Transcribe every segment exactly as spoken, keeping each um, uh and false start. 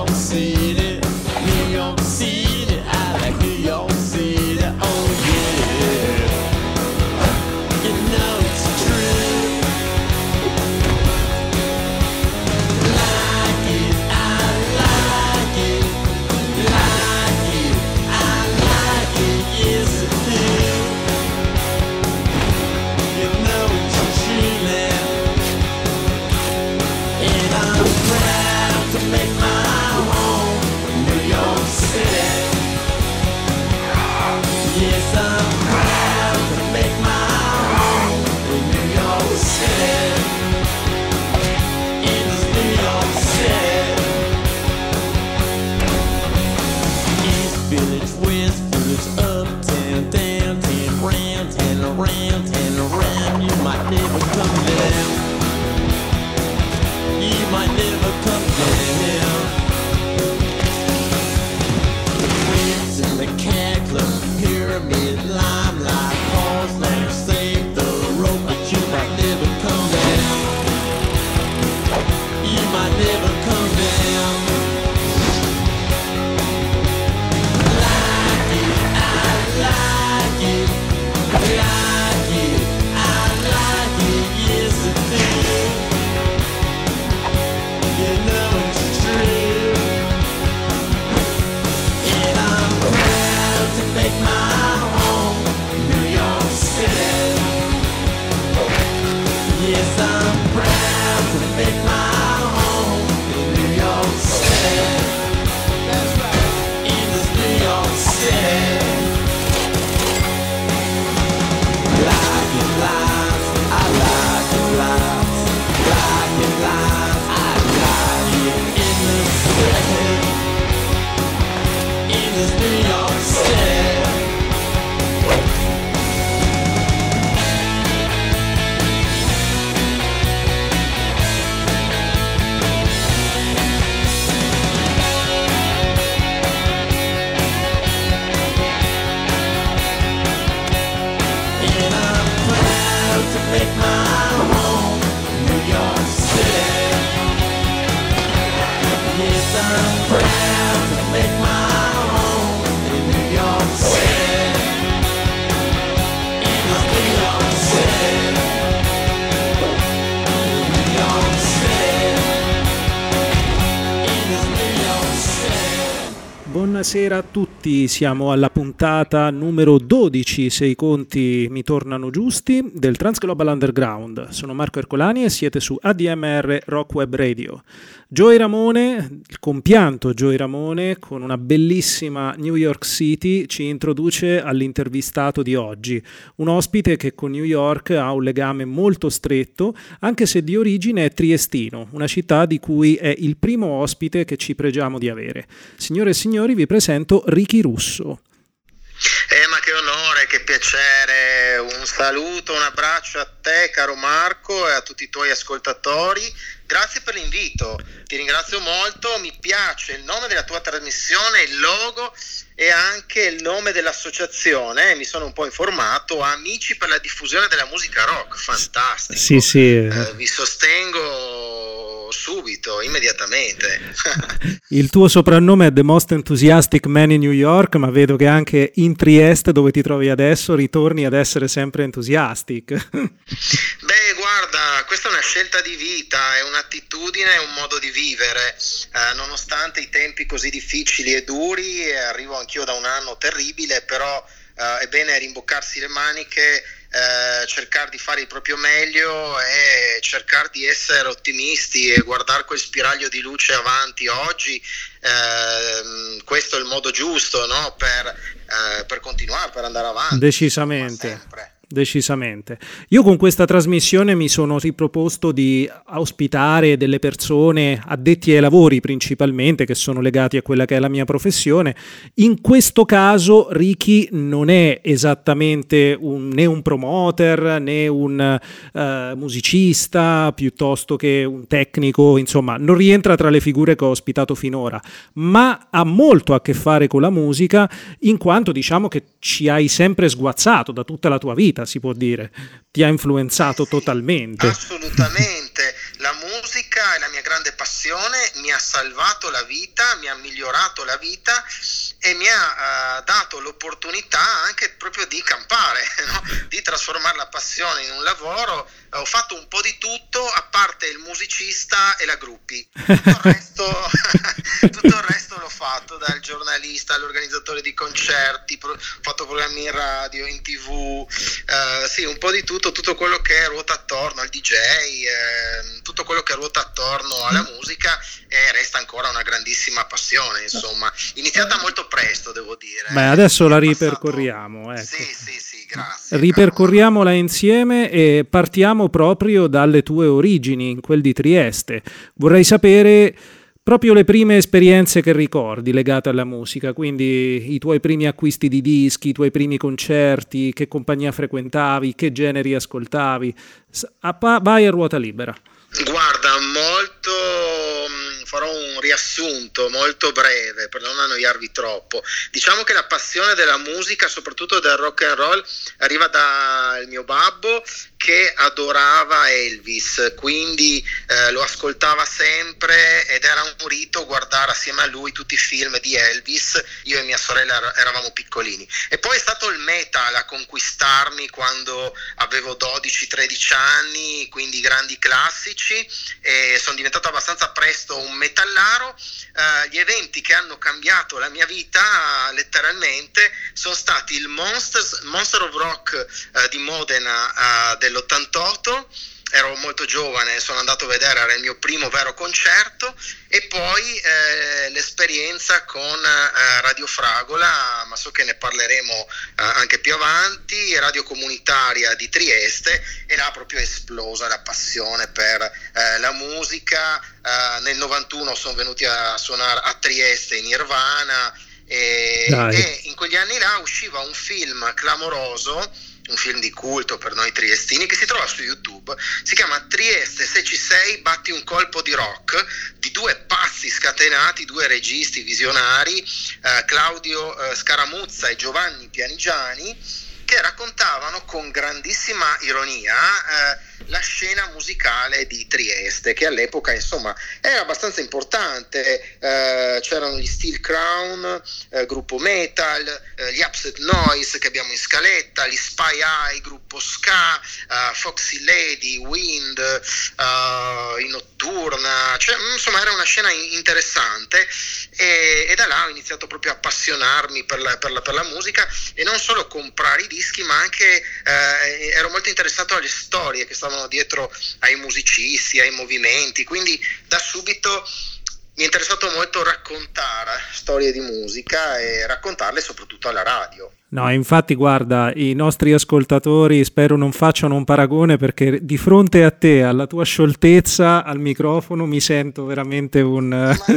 York City, New York City, I like New York City, oh yeah. You know it's true. Like it, I like it. Like it, I like it, yes I do. You know it's true now. And I'm proud to make my home New York City. Yes, I'm proud to make my home in New York City. In this New York City. East Village, West Village, uptown, downtown, round and around and around. You might never come down. You might never come down. The Ritz and the Cat Club, Pyramid, Limelight, Paul's Lamp, Save the Road, but you might never come down. You might never come down. Like it, I like it. Like it, I like it, yes I do. You know it's true. And I'm proud to make my home New York City. Yes, I'm proud to make my home in New York City. That's right. In this New York City. Like it live, I like it live. Like it live, I like it in the city. In this New York City. And I'm proud to make my home New York City. Yes, I'm proud to make my home in New York City. In this New York City. New York City. In this New York City. Buonasera a tutti, siamo alla puntata numero dodici, se i conti mi tornano giusti, del Transglobal Underground. Sono Marco Ercolani e siete su A D M R Rock Web Radio. Joey Ramone, il compianto Joey Ramone, con una bellissima New York City, ci introduce all'intervistato di oggi, un ospite che con New York ha un legame molto stretto, anche se di origine è triestino, una città di cui è il primo ospite che ci pregiamo di avere. Signore e signori, vi presento Ricky Russo. Eh, ma che onore, che piacere, un saluto, un abbraccio a te caro Marco e a tutti i tuoi ascoltatori, grazie per l'invito, ti ringrazio molto, mi piace il nome della tua trasmissione, il logo e anche il nome dell'associazione, mi sono un po' informato, Amici per la diffusione della musica rock, fantastico, sì, sì. Eh, vi sostengo subito, immediatamente. Il tuo soprannome è The Most Enthusiastic Man in New York, ma vedo che anche in Trieste, dove ti trovi adesso, ritorni ad essere sempre enthusiastic. Beh, guarda, questa è una scelta di vita, è un'attitudine, è un modo di vivere, eh, nonostante i tempi così difficili e duri, e arrivo anch'io da un anno terribile, però eh, è bene rimboccarsi le maniche, eh, cercare di fare il proprio meglio e cercare di essere ottimisti e guardare quel spiraglio di luce avanti oggi. Eh, questo è il modo giusto, no? per, eh, per continuare, per andare avanti. Decisamente. Sempre. Decisamente. Io con questa trasmissione mi sono riproposto di ospitare delle persone addetti ai lavori principalmente, che sono legati a quella che è la mia professione. In questo caso Ricky non è esattamente un, né un promoter né un uh, musicista piuttosto che un tecnico, insomma non rientra tra le figure che ho ospitato finora, ma ha molto a che fare con la musica, in quanto diciamo che ci hai sempre sguazzato da tutta la tua vita, si può dire, ti ha influenzato sì, totalmente. Assolutamente, la musica è la mia grande passione, mi ha salvato la vita, mi ha migliorato la vita e mi ha uh, dato l'opportunità anche proprio di campare, no? Di trasformare la passione in un lavoro. Ho fatto un po' di tutto, a parte il musicista e la gruppi. Tutto il resto, tutto il resto l'ho fatto, dal giornalista all'organizzatore di concerti, pro, ho fatto programmi in radio, in tv, eh, sì, un po' di tutto, tutto quello che ruota attorno al D J, eh, tutto quello che ruota attorno alla musica, e resta ancora una grandissima passione, insomma, iniziata molto presto, devo dire. Beh, adesso la È passato- ripercorriamo, ecco. Sì, sì, sì, grazie. Ripercorriamola insieme e partiamo proprio dalle tue origini, in quel di Trieste. Vorrei sapere proprio le prime esperienze che ricordi legate alla musica, quindi i tuoi primi acquisti di dischi, i tuoi primi concerti, che compagnia frequentavi, che generi ascoltavi. S- a pa- vai a ruota libera. Guarda, molto, mh, farò un riassunto molto breve per non annoiarvi troppo. Diciamo che la passione della musica, soprattutto del rock and roll, arriva dal mio babbo, che adorava Elvis, quindi eh, lo ascoltava sempre ed era un rito guardare assieme a lui tutti i film di Elvis. Io e mia sorella er- eravamo piccolini. E poi è stato il metal a conquistarmi quando avevo dodici tredici anni, quindi grandi classici, e sono diventato abbastanza presto un metallaro. Eh, gli eventi che hanno cambiato la mia vita letteralmente sono stati il Monsters, Monster of Rock eh, di Modena eh, dell'ottantotto. Ero molto giovane, sono andato a vedere, era il mio primo vero concerto, e poi eh, l'esperienza con eh, Radio Fragola, ma so che ne parleremo eh, anche più avanti, Radio Comunitaria di Trieste, e là proprio è esplosa la passione per eh, la musica. Eh, nel novantuno sono venuti a suonare a Trieste in Nirvana, e, e in quegli anni là usciva un film clamoroso, un film di culto per noi triestini, che si trova su YouTube, si chiama Trieste, se ci sei, batti un colpo di rock, di due pazzi scatenati, due registi visionari, eh, Claudio eh, Scaramuzza e Giovanni Pianigiani, che raccontavano con grandissima ironia eh, la scena musicale di Trieste, che all'epoca insomma era abbastanza importante. Eh, c'erano gli Steel Crown, eh, gruppo metal, eh, gli Upset Noise che abbiamo in scaletta, gli Spy Eye, gruppo ska, eh, Foxy Lady, Wind, eh, in Notturna, cioè, insomma era una scena interessante, e, e da là ho iniziato proprio a appassionarmi per la, per la, per la musica, e non solo comprare i dischi, ma anche eh, ero molto interessato alle storie che stavano dietro ai musicisti, ai movimenti, quindi da subito mi è interessato molto raccontare storie di musica e raccontarle soprattutto alla radio. No, infatti guarda, i nostri ascoltatori spero non facciano un paragone, perché di fronte a te, alla tua scioltezza al microfono, mi sento veramente un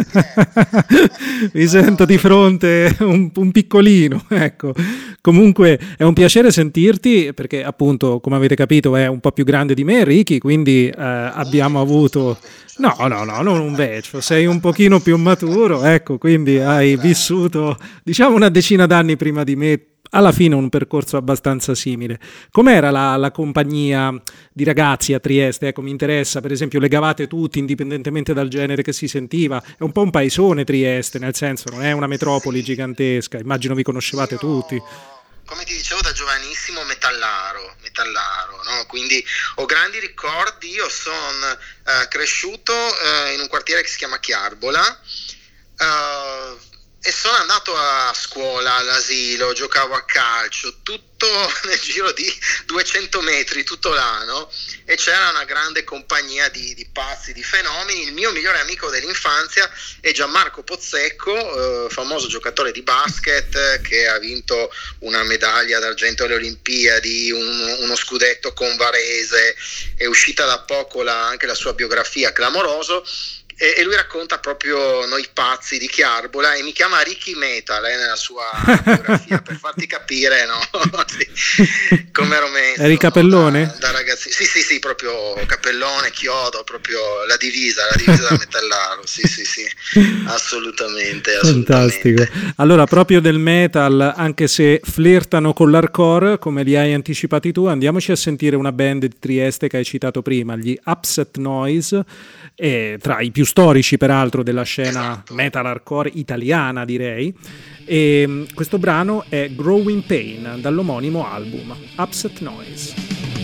mi sento di fronte un, un piccolino, ecco. Comunque è un piacere sentirti, perché appunto, come avete capito, è un po' più grande di me, Ricky, quindi eh, abbiamo avuto no, no, no, non un vecchio, sei un pochino più maturo, ecco, quindi hai vissuto, diciamo, una decina d'anni prima di me, alla fine un percorso abbastanza simile. Com'era la, la compagnia di ragazzi a Trieste? Ecco, mi interessa, per esempio, legavate tutti indipendentemente dal genere che si sentiva? È un po' un paesone Trieste, nel senso non è una metropoli gigantesca, immagino vi conoscevate Io, tutti. come ti dicevo, da giovanissimo metallaro, metallaro, no? Quindi ho grandi ricordi. Io sono eh, cresciuto eh, in un quartiere che si chiama Chiarbola, eh, e sono andato a scuola, all'asilo, giocavo a calcio, tutto nel giro di duecento metri, tutto l'anno, e c'era una grande compagnia di, di pazzi, di fenomeni. Il mio migliore amico dell'infanzia è Gianmarco Pozzecco, eh, famoso giocatore di basket, eh, che ha vinto una medaglia d'argento alle Olimpiadi, un, uno scudetto con Varese, è uscita da poco la, anche la sua biografia, Clamoroso. E lui racconta proprio noi pazzi di Chiarbola, e mi chiama Ricky Metal eh, nella sua biografia, per farti capire, no? Sì, come ero messo. Eri capellone? No? Da, da ragazzi. Sì, sì, sì, proprio capellone, chiodo, proprio la divisa, la divisa da metallaro, sì, sì, sì, assolutamente, assolutamente. Fantastico. Allora, proprio del metal, anche se flirtano con l'hardcore, come li hai anticipati tu, andiamoci a sentire una band di Trieste che hai citato prima, gli Upset Noise, e tra i più storici peraltro della scena Esatto. metal hardcore italiana, direi. E questo brano è Growing Pain dall'omonimo album Upset Noise.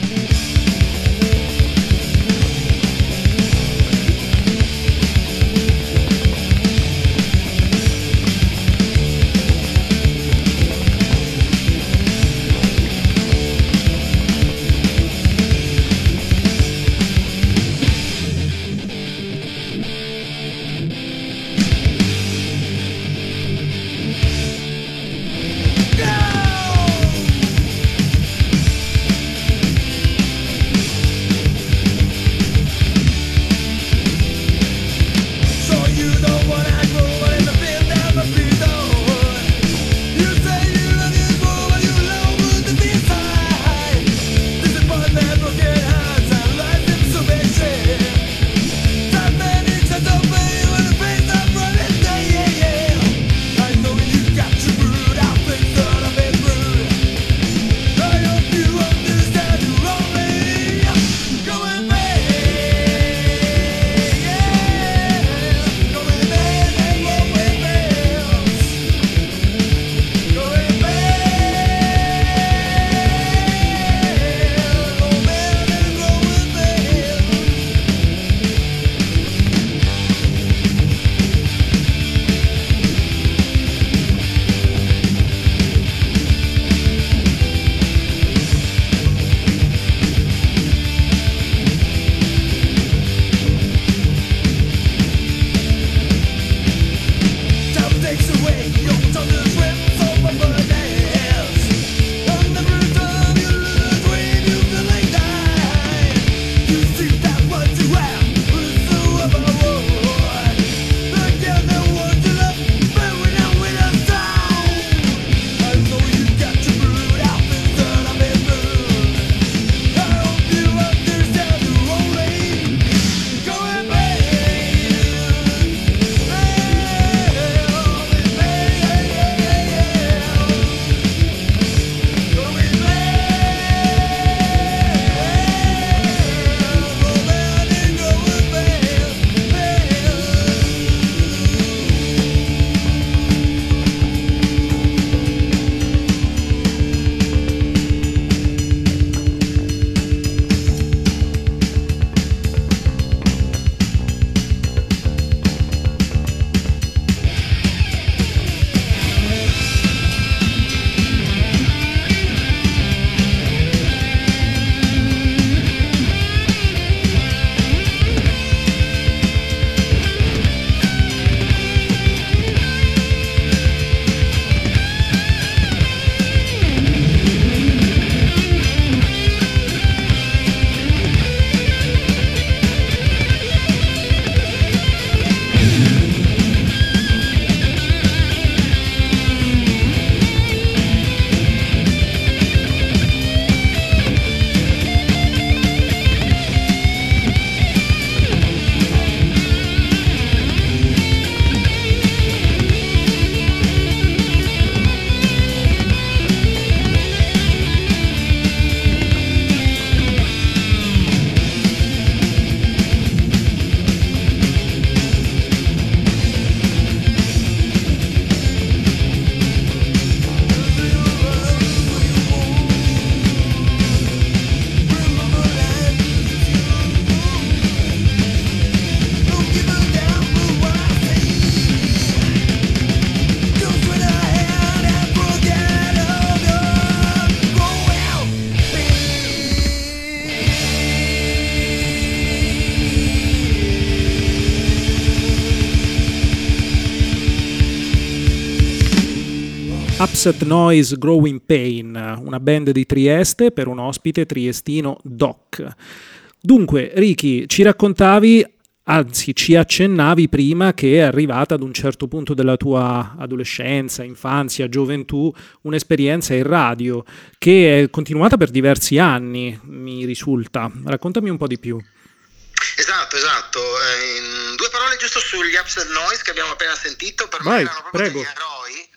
Upset Noise Growing Pain, una band di Trieste per un ospite triestino Doc. Dunque, Ricky, ci raccontavi, anzi ci accennavi prima che è arrivata ad un certo punto della tua adolescenza, infanzia, gioventù, un'esperienza in radio che è continuata per diversi anni, mi risulta. Raccontami un po' di più. Esatto, esatto. In due parole giusto sugli Upset Noise che abbiamo appena sentito, per Vai, me erano proprio prego. degli eroi.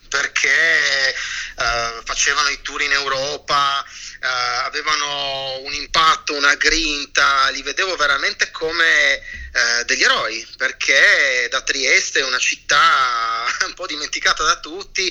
perché uh, facevano i tour in Europa, uh, avevano un impatto, una grinta, li vedevo veramente come uh, degli eroi, perché da Trieste, una città un po' dimenticata da tutti,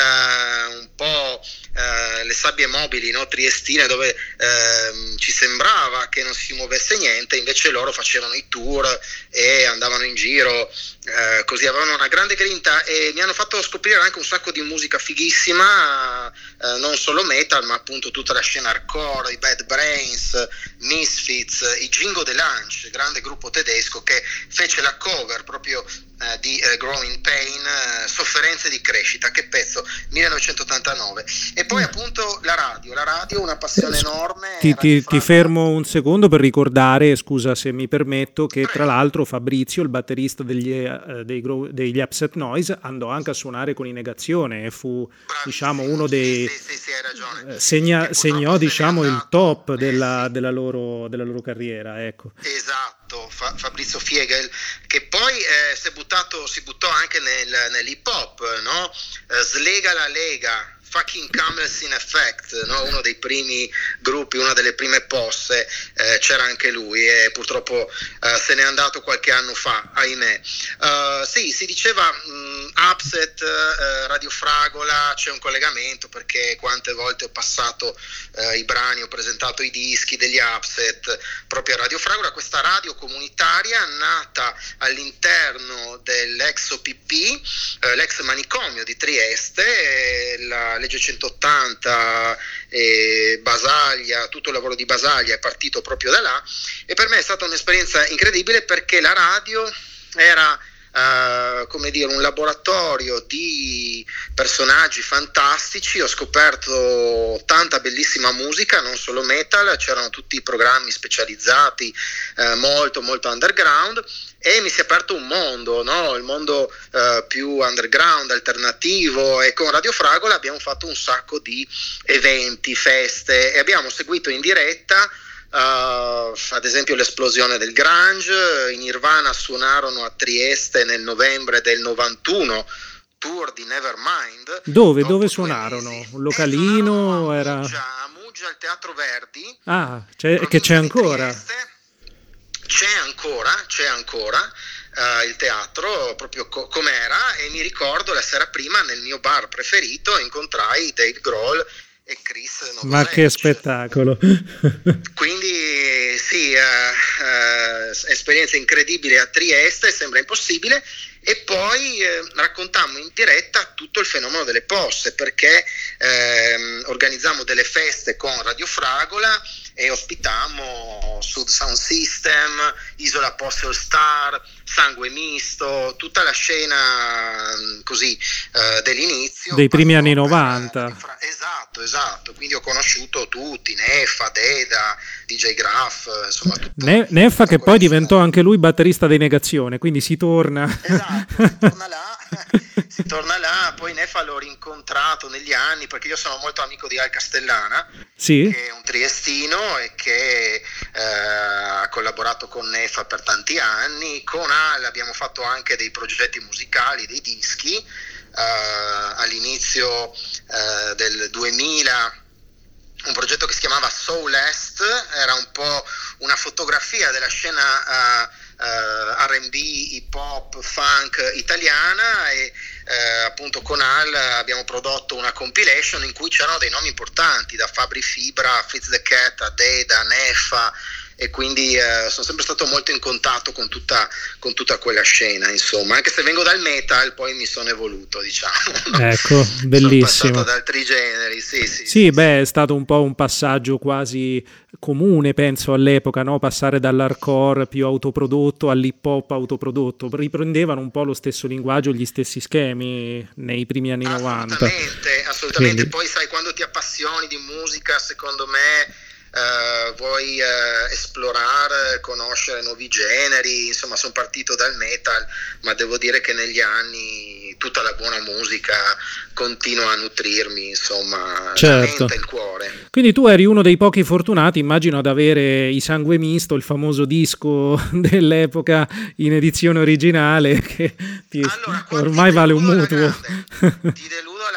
uh, un po' uh, le sabbie mobili, no? Triestine, dove uh, ci sembrava che non si muovesse niente, invece loro facevano i tour e andavano in giro, uh, così avevano una grande grinta e mi hanno fatto scoprire anche un sacco di musica fighissima, uh, non solo metal, ma appunto tutta la scena hardcore, i Bad Brains, Misfits, i Jingo Delange, grande gruppo tedesco che fece la cover proprio uh, di uh, Growing Pain, uh, Sofferenze di crescita, che pezzo, millenovecentottantanove. E poi appunto la radio, la radio una passione enorme. Ti, ti, ti fermo un secondo per ricordare, scusa se mi permetto, che tra l'altro Fabrizio, il batterista degli, uh, dei, degli Upset Noise, andò anche a suonare con i Negazione e fu Bravissimo. diciamo uno dei sì, sì, sì, hai ragione. Segna, segnò diciamo il top della, della, loro, della loro carriera, ecco. Esatto, Fa, Fabrizio Fiegel, che poi eh, si è buttato, si buttò anche nel, nell'hip hop, no? Eh, Slega la Lega, Fucking Camels in Effect, no? Uno dei primi gruppi, una delle prime posse, eh, c'era anche lui e purtroppo eh, se n'è andato qualche anno fa, ahimè. Uh, sì, si diceva mh, Upset, uh, Radio Fragola, c'è un collegamento perché quante volte ho passato uh, i brani, ho presentato i dischi degli Upset proprio a Radio Fragola, questa radio comunitaria nata all'interno dell'ex O P P, uh, l'ex manicomio di Trieste, la legge centottanta, eh, Basaglia, tutto il lavoro di Basaglia è partito proprio da là e per me è stata un'esperienza incredibile perché la radio era Uh, come dire un laboratorio di personaggi fantastici, ho scoperto tanta bellissima musica, non solo metal, c'erano tutti i programmi specializzati, uh, molto molto underground e mi si è aperto un mondo, no? Il mondo uh, più underground, alternativo, e con Radio Fragola abbiamo fatto un sacco di eventi, feste e abbiamo seguito in diretta Uh, ad esempio l'esplosione del grunge. I Nirvana suonarono a Trieste nel novembre del novantuno, tour di Nevermind. Dove? Dove suonarono? Un localino? Eh, era... a Muggia, a Muggia al Teatro Verdi. Ah, c'è, che c'è ancora? C'è ancora, c'è ancora uh, il teatro proprio co- com'era e mi ricordo la sera prima nel mio bar preferito incontrai Dave Grohl e Chris Novoselic. Ma che spettacolo! Quindi sì, uh, uh, esperienza incredibile a Trieste, sembra impossibile. E poi eh, raccontammo in diretta tutto il fenomeno delle posse perché eh, organizzammo delle feste con Radio Fragola e ospitammo Sud Sound System, Isola Posse All Star, Sangue Misto, tutta la scena così eh, dell'inizio dei primi anni per, novanta. Fra- esatto, esatto, quindi ho conosciuto tutti, Neffa, Deda, D J Graff, insomma tutto, ne- Neffa che poi scena. diventò anche lui batterista dei Negazione, quindi si torna. Esatto, si torna là, si torna là, poi Neffa l'ho rincontrato negli anni perché io sono molto amico di Al Castellana, sì. che è un triestino e che eh, ha collaborato con Neffa per tanti anni. Con Al abbiamo fatto anche dei progetti musicali, dei dischi, eh, all'inizio eh, del duemila, un progetto che si chiamava Soul Est, era un po' una fotografia della scena uh, uh, R and B, hip hop, funk italiana e uh, appunto con Al abbiamo prodotto una compilation in cui c'erano dei nomi importanti, da Fabri Fibra, Fritz the Cat, a Deda, Neffa, e quindi eh, sono sempre stato molto in contatto con tutta, con tutta quella scena, insomma, anche se vengo dal metal poi mi sono evoluto, diciamo. Ecco, bellissimo. Sono passato ad altri generi, sì, sì. Sì, sì, beh, sì. È stato un po' un passaggio quasi comune, penso, all'epoca, no? Passare dall'hardcore più autoprodotto all'hip hop autoprodotto. Riprendevano un po' lo stesso linguaggio, gli stessi schemi nei primi anni novanta. Assolutamente, assolutamente. Quindi... Poi sai, quando ti appassioni di musica, secondo me Uh, vuoi uh, esplorare, conoscere nuovi generi, insomma sono partito dal metal, ma devo dire che negli anni tutta la buona musica continua a nutrirmi, insomma, certo. La mente e il cuore. Quindi tu eri uno dei pochi fortunati, immagino, ad avere i Sangue Misto, il famoso disco dell'epoca in edizione originale che ti... Allora, ormai ti vale un mutuo. Ti deludo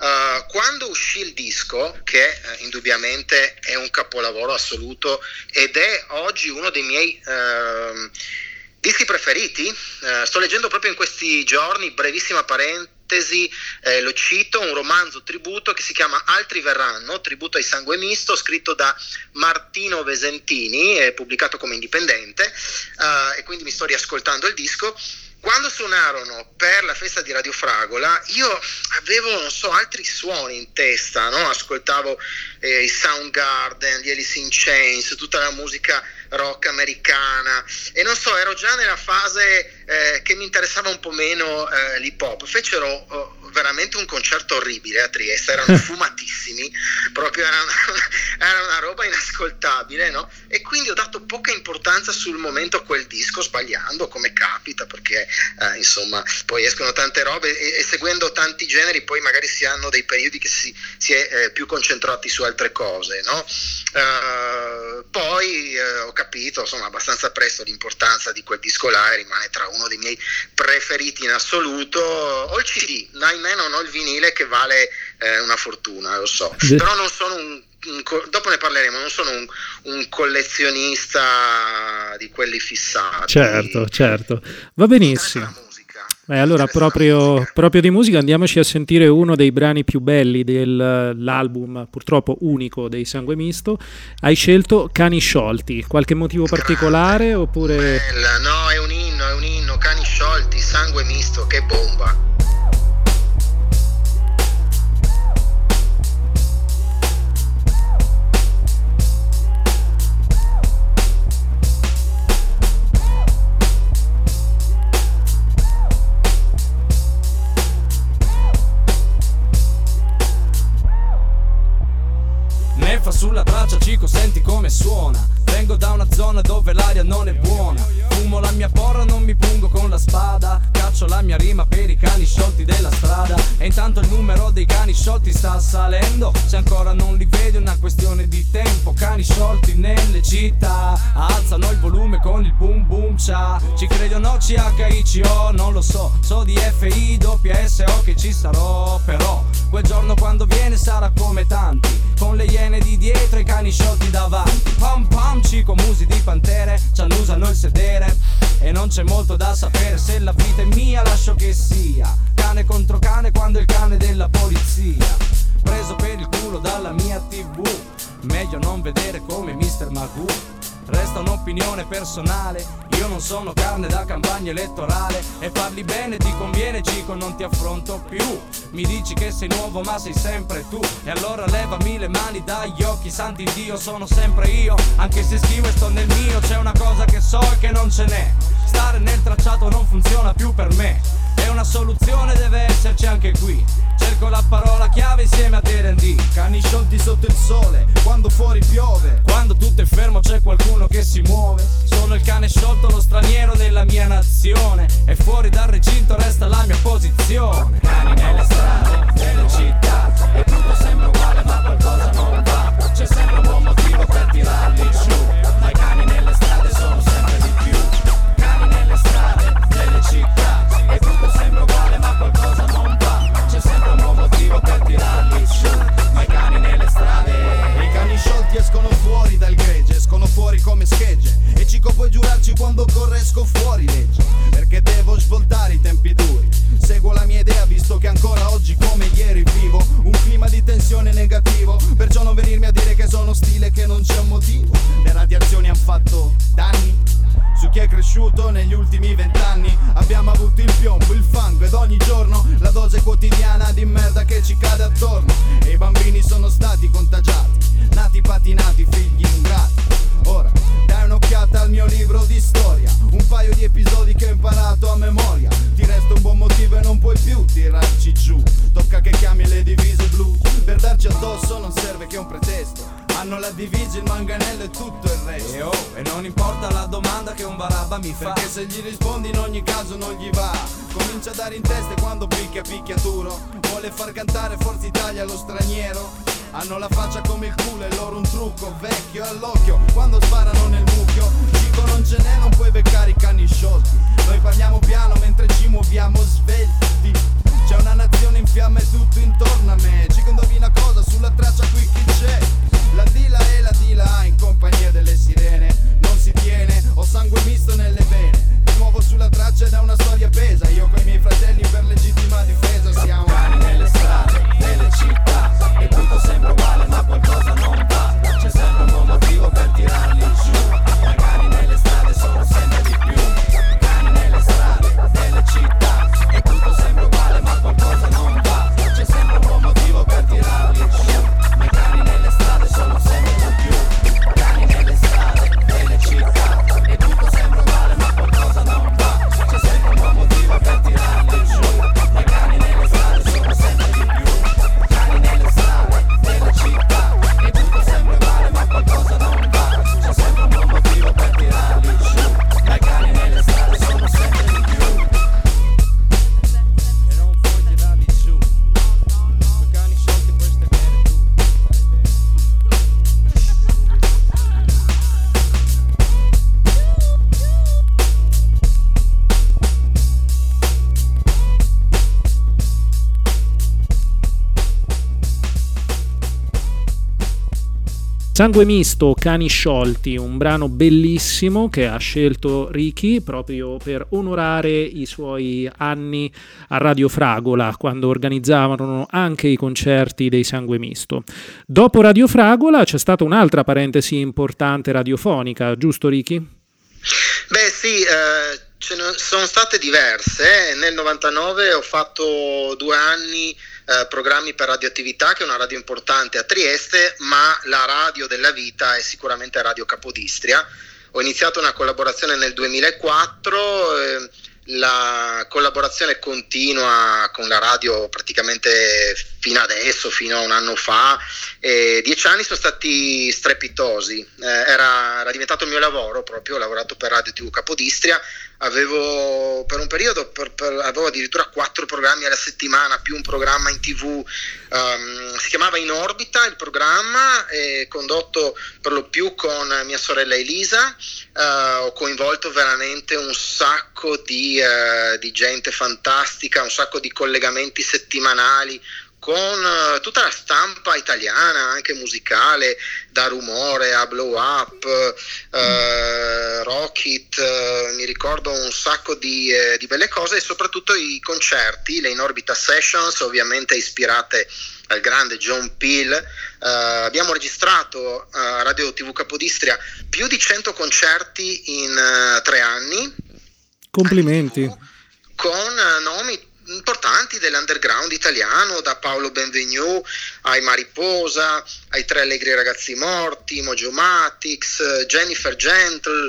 Uh, quando uscì il disco, che uh, indubbiamente è un capolavoro assoluto ed è oggi uno dei miei uh, dischi preferiti, uh, sto leggendo proprio in questi giorni, brevissima parentesi, eh, lo cito, un romanzo tributo che si chiama Altri verranno, tributo ai Sangue Misto, scritto da Martino Vesentini e pubblicato come indipendente, uh, e quindi mi sto riascoltando il disco. Quando suonarono per la festa di Radio Fragola, io avevo, non so, altri suoni in testa, no? Ascoltavo eh, i Soundgarden, gli Alice in Chains, tutta la musica rock americana, e non so, ero già nella fase eh, che mi interessava un po' meno eh, l'hip hop. Fecero oh, veramente un concerto orribile a Trieste, erano fumatissimi, proprio era una, era una roba inascoltabile, no? E quindi ho dato poca importanza sul momento a quel disco, sbagliando, come capita, perché eh, insomma poi escono tante robe e, e seguendo tanti generi poi magari si hanno dei periodi che si, si è eh, più concentrati su altre cose, no? Uh, poi eh, ho capito, insomma, abbastanza presto l'importanza di quel disco là e rimane tra uno dei miei preferiti in assoluto. Ho il C D, ahimè non ho il vinile che vale eh, una fortuna, lo so, De- però non sono un, un dopo ne parleremo, non sono un, un collezionista di quelli fissati. Certo, certo, va benissimo. Beh, allora proprio, proprio di musica andiamoci a sentire uno dei brani più belli dell'album, purtroppo unico, dei Sangue Misto. Hai scelto Cani Sciolti, qualche motivo particolare? Grande, oppure... Bella, no, è un inno, è un inno, Cani Sciolti, Sangue Misto, che bomba. Fa sulla traccia, Cico, senti come suona. Vengo da una zona dove l'aria non è buona. Fumo la mia porra, non mi pungo con la spada. Caccio la mia rima per i cani sciolti della strada. E intanto il numero dei cani sciolti sta salendo. Se ancora non li vedi è una questione di tempo. Cani sciolti nelle città alzano il volume con il boom boom cha. Ci credi o no, C H I C O, non lo so. So di F I W S O che ci sarò. Però quel giorno quando viene sarà come tanti, con le iene di dietro e i cani sciolti davanti. Pam pam, Cico, musi di pantere ci annusano il sedere. E non c'è molto da sapere, se la vita è mia lascio che sia cane contro cane quando il cane della polizia. Preso per il culo dalla mia tivù, meglio non vedere come mister Magoo. Resta un'opinione personale, io non sono carne da campagna elettorale. E parli bene ti conviene, Cico, non ti affronto più. Mi dici che sei nuovo ma sei sempre tu. E allora levami le mani dagli occhi, santi Dio, sono sempre io. Anche se schivo e sto nel mio, c'è una cosa che so e che non ce n'è. Stare nel tracciato non funziona più per me. E una soluzione deve esserci anche qui. Cerco la parola chiave insieme a D and D. Cani sciolti sotto il sole, quando fuori piove. Quando tutto è fermo c'è qualcuno che si muove. Sono il cane sciolto, lo straniero nella mia nazione. E fuori dal recinto resta la mia posizione. Cani nelle strade, nelle città, e tutto sembra uguale ma qualcosa non va. C'è sempre un buon motivo per tirarli giù. Ma i cani nelle strade sono sempre di più. Cani nelle strade, nelle città, e tutto sembra uguale ma qualcosa non va. C'è sempre un buon motivo per tirarli giù. Ma i cani nelle strade. I cani sciolti escono fuori dal gregge, escono fuori come schegge. E Cico puoi giurarci quando corre esco fuori legge. Perché devo svoltare i tempi duri. Seguo la mia idea visto che ancora oggi come ieri vivo un clima di tensione negativo. Perciò non venirmi a dire che sono stile, che non c'è un motivo. Le radiazioni han fatto danni su chi è cresciuto negli ultimi vent'anni. Abbiamo avuto il piombo, il fango ed ogni giorno la dose quotidiana di merda che ci cade attorno. E i bambini sono stati contagiati, nati patinati, figli ingrati. Ora dai un'occhiata al mio libro di storia, un paio di episodi che ho imparato a memoria. Ti resta un buon motivo e non puoi più tirarci giù. Tocca che chiami le divise blu, per darci addosso non serve che un pretesto. Hanno la divisa, il manganello e tutto il resto. E oh, e non importa la domanda che un barabba mi fa, perché se gli rispondi in ogni caso non gli va. Comincia a dare in testa e quando picchia picchiaturo. Vuole far cantare Forza Italia allo straniero. Hanno la faccia come il culo e loro un trucco vecchio all'occhio quando sparano nel mucchio. Cico non ce n'è, non puoi beccare i cani sciolti. Noi parliamo piano mentre ci muoviamo svelti. C'è una nazione in fiamme tutto intorno a me. Sangue misto, cani sciolti, un brano bellissimo che ha scelto Ricky proprio per onorare i suoi anni a Radio Fragola, quando organizzavano anche i concerti dei Sangue misto. Dopo Radio Fragola c'è stata un'altra parentesi importante radiofonica, giusto Ricky? Beh sì, eh, ce ne sono state diverse. Nel novantanove ho fatto due anni Eh, programmi per Radioattività, che è una radio importante a Trieste, ma la radio della vita è sicuramente Radio Capodistria. Ho iniziato una collaborazione nel duemilaquattro, eh, la collaborazione continua con la radio praticamente fino adesso, fino a un anno fa, e dieci anni sono stati strepitosi. Eh, era, era diventato il mio lavoro proprio, ho lavorato per Radio tivù Capodistria, avevo per un periodo per, per, avevo addirittura quattro programmi alla settimana più un programma in tv, um, si chiamava In Orbita il programma, è condotto per lo più con mia sorella Elisa. Uh, ho coinvolto veramente un sacco di, uh, di gente fantastica, un sacco di collegamenti settimanali con uh, tutta la stampa italiana, anche musicale, da Rumore a Blow Up, uh, Rocket, uh, mi ricordo un sacco di, uh, di belle cose, e soprattutto i concerti, le In Orbita Sessions, ovviamente ispirate al grande John Peel. Uh, abbiamo registrato a uh, Radio tivù Capodistria più di cento concerti in uh, tre anni. Complimenti. Con uh, nomi importanti dell'underground italiano, da Paolo Benvenu ai Mariposa, ai Tre Allegri Ragazzi Morti, Mojo Matix, Jennifer Gentle,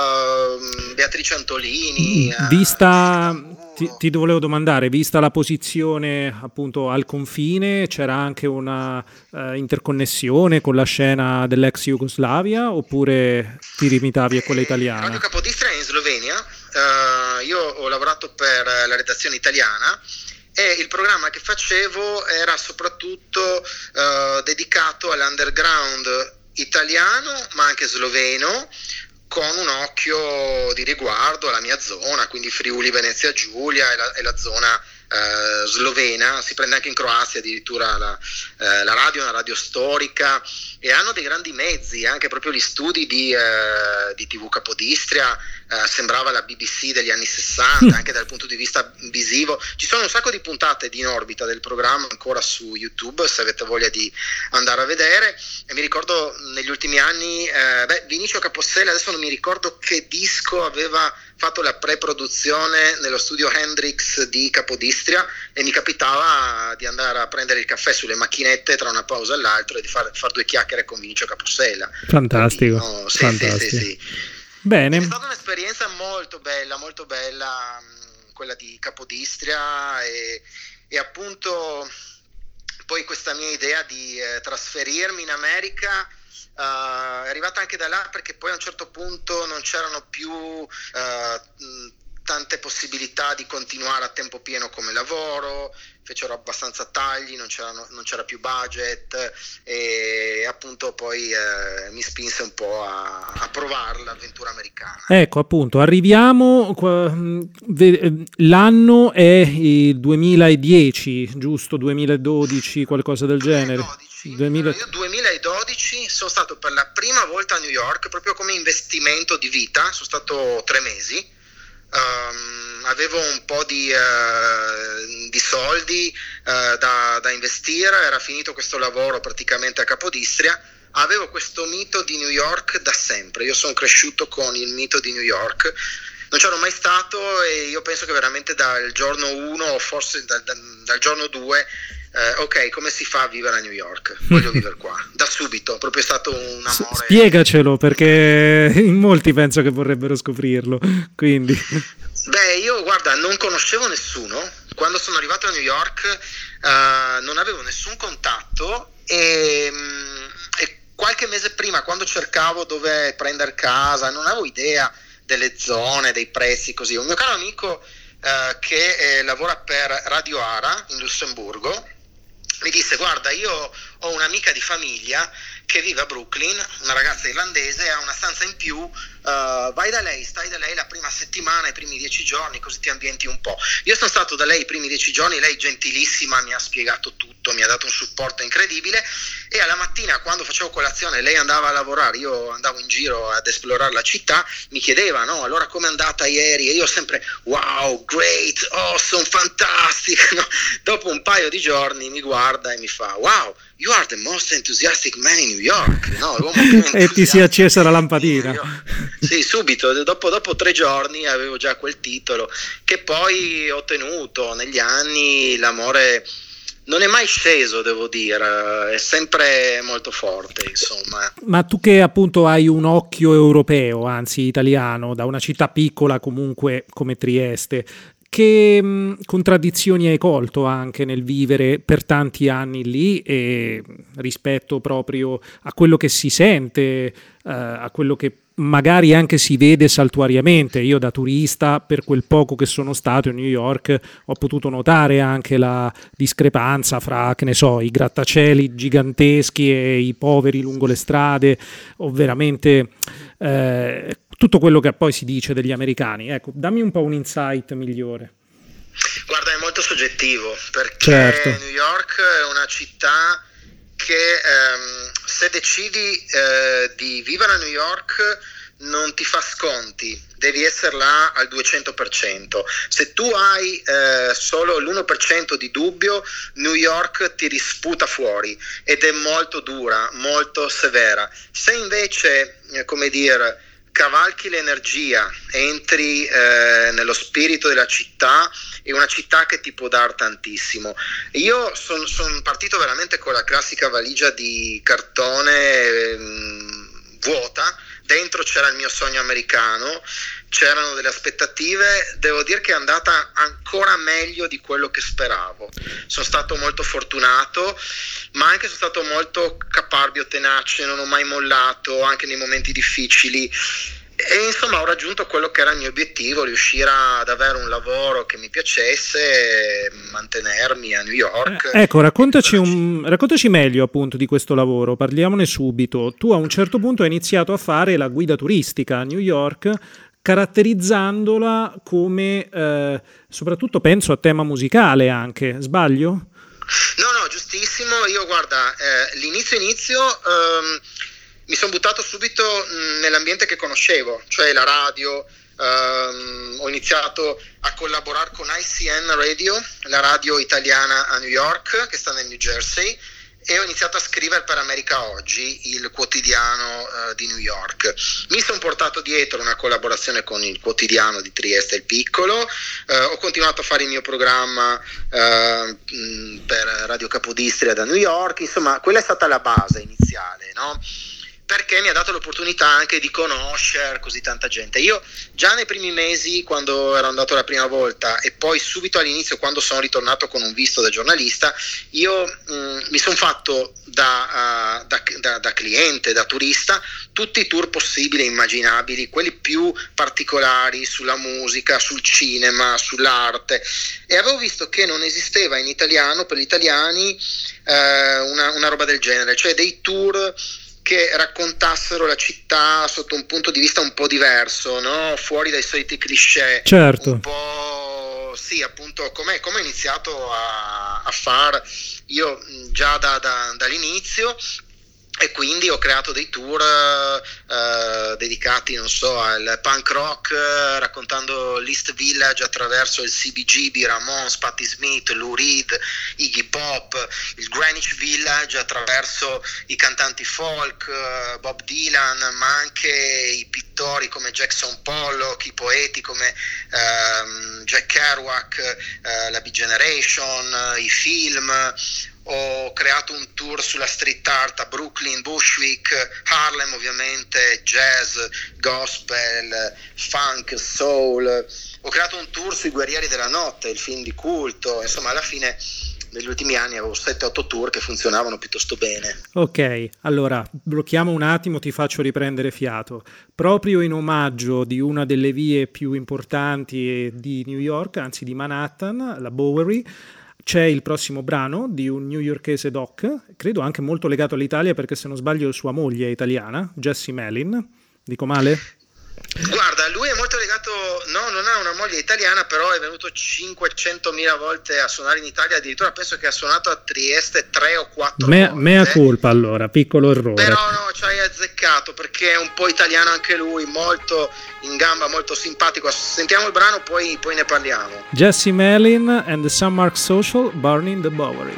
uh, Beatrice Antolini. Vista, ti, ti volevo domandare, vista la posizione appunto al confine, c'era anche una uh, interconnessione con la scena dell'ex Jugoslavia, oppure ti limitavi a quella italiana? Radio Capodistria è in Slovenia. Uh, io ho lavorato per la redazione italiana e il programma che facevo era soprattutto uh, dedicato all'underground italiano ma anche sloveno, con un occhio di riguardo alla mia zona, quindi Friuli Venezia Giulia e la, e la zona Uh, slovena. Si prende anche in Croazia addirittura la, uh, la radio, una radio storica, e hanno dei grandi mezzi, anche proprio gli studi di, uh, di tivù Capodistria, uh, sembrava la B B C degli anni sessanta, anche dal punto di vista visivo. Ci sono un sacco di puntate di In Orbita del programma ancora su YouTube, se avete voglia di andare a vedere. E mi ricordo negli ultimi anni, uh, beh, Vinicio Capossela, adesso non mi ricordo che disco, aveva fatto la pre-produzione nello studio Hendrix di Capodistria, e mi capitava di andare a prendere il caffè sulle macchinette tra una pausa e l'altra e di fare far due chiacchiere con Vinicio Capossela. Fantastico. Quindi, no, sì, fantastico. Sì, sì, sì. Bene. È stata un'esperienza molto bella, molto bella, mh, quella di Capodistria, e, e appunto poi questa mia idea di eh, trasferirmi in America Uh, è arrivata anche da là, perché poi a un certo punto non c'erano più uh, tante possibilità di continuare a tempo pieno come lavoro, fecero abbastanza tagli, non, c'erano, non c'era più budget, e appunto poi eh, mi spinse un po' a, a provare l'avventura americana. Ecco, appunto, arriviamo, l'anno è il duemiladieci, giusto? duemiladodici, qualcosa del genere? duemiladodici. duemila... Io duemiladodici sono stato per la prima volta a New York proprio come investimento di vita, sono stato tre mesi. Um, avevo un po' di, uh, di soldi uh, da, da investire, era finito questo lavoro praticamente a Capodistria, avevo questo mito di New York da sempre, io sono cresciuto con il mito di New York, non c'ero mai stato, e io penso che veramente dal giorno uno o forse da, da, dal giorno due Uh, ok, come si fa a vivere a New York? Voglio vivere qua, da subito, proprio è stato un amore. Spiegacelo, perché in molti penso che vorrebbero scoprirlo, quindi. Beh, io guarda, non conoscevo nessuno, quando sono arrivato a New York uh, non avevo nessun contatto, e, e qualche mese prima, quando cercavo dove prendere casa, non avevo idea delle zone, dei prezzi, così. Un mio caro amico uh, che eh, lavora per Radio Ara in Lussemburgo mi disse: guarda, io ho un'amica di famiglia che vive a Brooklyn, una ragazza irlandese, ha una stanza in più, uh, vai da lei, stai da lei la prima settimana, i primi dieci giorni, così ti ambienti un po'. Io sono stato da lei i primi dieci giorni, lei gentilissima, mi ha spiegato tutto, mi ha dato un supporto incredibile, e alla mattina quando facevo colazione lei andava a lavorare, io andavo in giro ad esplorare la città, mi chiedeva, no, allora com'è andata ieri? E io sempre, wow, great, awesome, fantastic, no? Dopo un paio di giorni mi guarda e mi fa, wow, you are the most enthusiastic man in New York, no? L'uomo più e ti si è accesa la lampadina. Sì, subito, dopo, dopo tre giorni avevo già quel titolo, che poi ho tenuto negli anni. L'amore non è mai sceso, devo dire, è sempre molto forte, insomma. Ma tu che appunto hai un occhio europeo, anzi italiano, da una città piccola comunque come Trieste, che mh, contraddizioni hai colto anche nel vivere per tanti anni lì, e rispetto proprio a quello che si sente, eh, a quello che magari anche si vede saltuariamente? Io da turista, per quel poco che sono stato a New York, ho potuto notare anche la discrepanza fra, che ne so, i grattacieli giganteschi e i poveri lungo le strade, o veramente eh, tutto quello che poi si dice degli americani. Ecco, dammi un po' un insight migliore. Guarda, è molto soggettivo, perché certo. New York è una città che ehm, se decidi eh, di vivere a New York non ti fa sconti, devi essere là al duecento per cento. Se tu hai eh, solo l'uno per cento di dubbio, New York ti risputa fuori, ed è molto dura, molto severa. Se invece, eh, come dire, cavalchi l'energia, entri eh, nello spirito della città, è una città che ti può dar tantissimo. Io sono son partito veramente con la classica valigia di cartone mh, vuota, dentro c'era il mio sogno americano, c'erano delle aspettative, devo dire che è andata ancora meglio di quello che speravo. Sono stato molto fortunato, ma anche sono stato molto caparbio, tenace, non ho mai mollato, anche nei momenti difficili. E insomma ho raggiunto quello che era il mio obiettivo, riuscire ad avere un lavoro che mi piacesse, mantenermi a New York. Eh, ecco, raccontaci, un, raccontaci meglio appunto di questo lavoro, parliamone subito. Tu a un certo punto hai iniziato a fare la guida turistica a New York, caratterizzandola come, eh, soprattutto penso a tema musicale anche, sbaglio? No, no, giustissimo. Io guarda, eh, l'inizio inizio... Um, mi sono buttato subito nell'ambiente che conoscevo, cioè la radio. Um, ho iniziato a collaborare con I C N Radio, la radio italiana a New York, che sta nel New Jersey, e ho iniziato a scrivere per America Oggi, il quotidiano uh, di New York. Mi sono portato dietro una collaborazione con il quotidiano di Trieste il Piccolo, uh, ho continuato a fare il mio programma uh, per Radio Capodistria da New York. Insomma, quella è stata la base iniziale, no? Perché mi ha dato l'opportunità anche di conoscere così tanta gente. Io già nei primi mesi, quando ero andato la prima volta, e poi subito all'inizio quando sono ritornato con un visto da giornalista, io mh, mi sono fatto da, uh, da, da, da cliente, da turista, tutti i tour possibili e immaginabili, quelli più particolari sulla musica, sul cinema, sull'arte, e avevo visto che non esisteva in italiano per gli italiani uh, una, una roba del genere, cioè dei tour che raccontassero la città sotto un punto di vista un po' diverso, no? Fuori dai soliti cliché. Certo. Un po', sì, appunto, come ho iniziato a, a far io già da, da, dall'inizio. E quindi ho creato dei tour uh, dedicati, non so, al punk rock, uh, raccontando l'East Village attraverso il C B G B, Ramones, Patti Smith, Lou Reed, Iggy Pop, il Greenwich Village attraverso i cantanti folk, uh, Bob Dylan, ma anche i pittori come Jackson Pollock, i poeti come uh, Jack Kerouac, uh, la Beat Generation, uh, i film. Ho creato un tour sulla street art a Brooklyn, Bushwick, Harlem ovviamente, jazz, gospel, funk, soul. Ho creato un tour sui Guerrieri della Notte, il film di culto. Insomma, alla fine negli ultimi anni avevo sette otto tour che funzionavano piuttosto bene. Ok, allora blocchiamo un attimo, ti faccio riprendere fiato. Proprio in omaggio di una delle vie più importanti di New York, anzi di Manhattan, la Bowery, C'è il prossimo brano di un newyorkese doc, credo anche molto legato all'Italia perché se non sbaglio sua moglie è italiana, Jessie Malin. Dico male? Guarda, lui è molto legato, no, non ha una moglie italiana, però è venuto cinquecentomila volte a suonare in Italia, addirittura penso che ha suonato a Trieste tre o quattro Me, volte. Mea colpa allora, piccolo errore. Però no, ci hai azzeccato perché è un po' italiano anche lui, molto in gamba, molto simpatico. Sentiamo il brano, poi, poi ne parliamo. Jessie Malin and the San Mark Social, Burning the Bowery.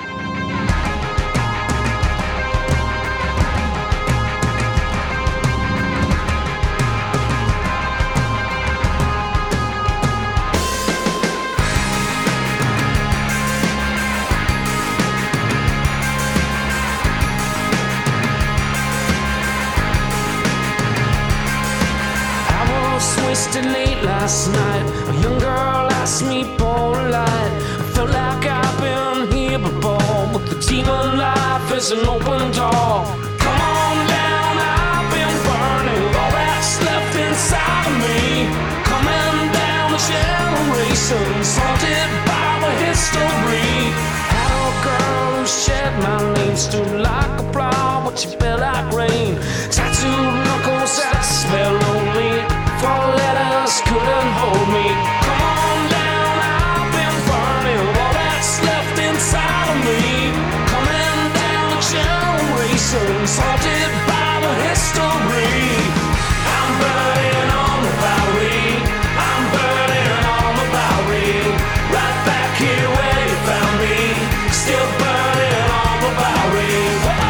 Late last night, a young girl asked me polite. I felt like I've been here before, but the demon life is an open door. Come on down, I've been burning all that's left inside of me. Coming down the generations, haunted by the history. Had a girl who shed my name, stood like a flower, but she fell like rain. Tattooed knuckles that smell lonely. Four letters couldn't hold me. Come on down, I've been burning all that's left inside of me. Coming down the generations, haunted by the history. I'm burning on the Bowery. I'm burning on the Bowery. Right back here where you found me. Still burning on the Bowery. Oh,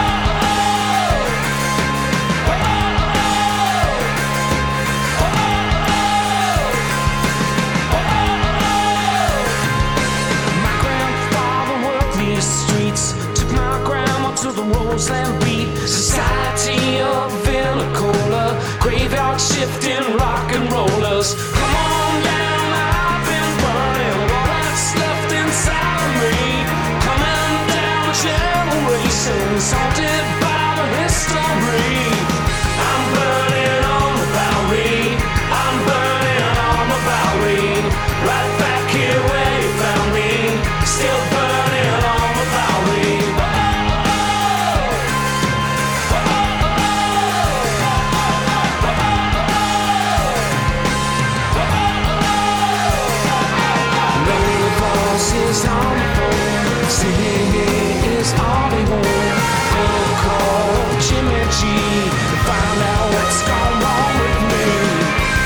oh, oh, oh. To the Roseland beat, Society of Vinicola, graveyard shifting rock and rollers. Come on down, I've been burning all that's left inside of me. Coming down generations, haunted by the history. I'm burning on the Bowery. I'm burning on the Bowery. Right back here where you found me. Still burning on the Bowery. Is on the phone, singing is all they want. We'll call Jimmy G to find out what's gone wrong with me.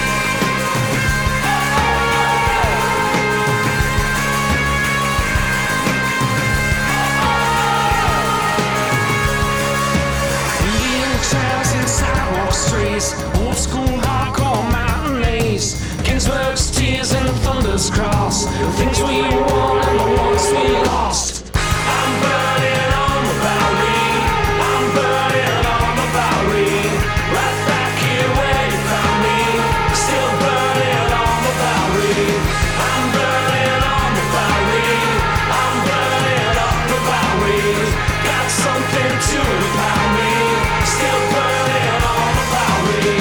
Indian trails and sidewalk streets, old school hardcore matinees, Ginsberg's tears and thunder's cross, the things we won and the ones we lost. I'm burning on the Bowery. I'm burning on the Bowery. Right back here where you found me. Still burning on the Bowery. I'm burning on the Bowery. I'm burning on the Bowery. Got something to empower me. Still burning on the Bowery.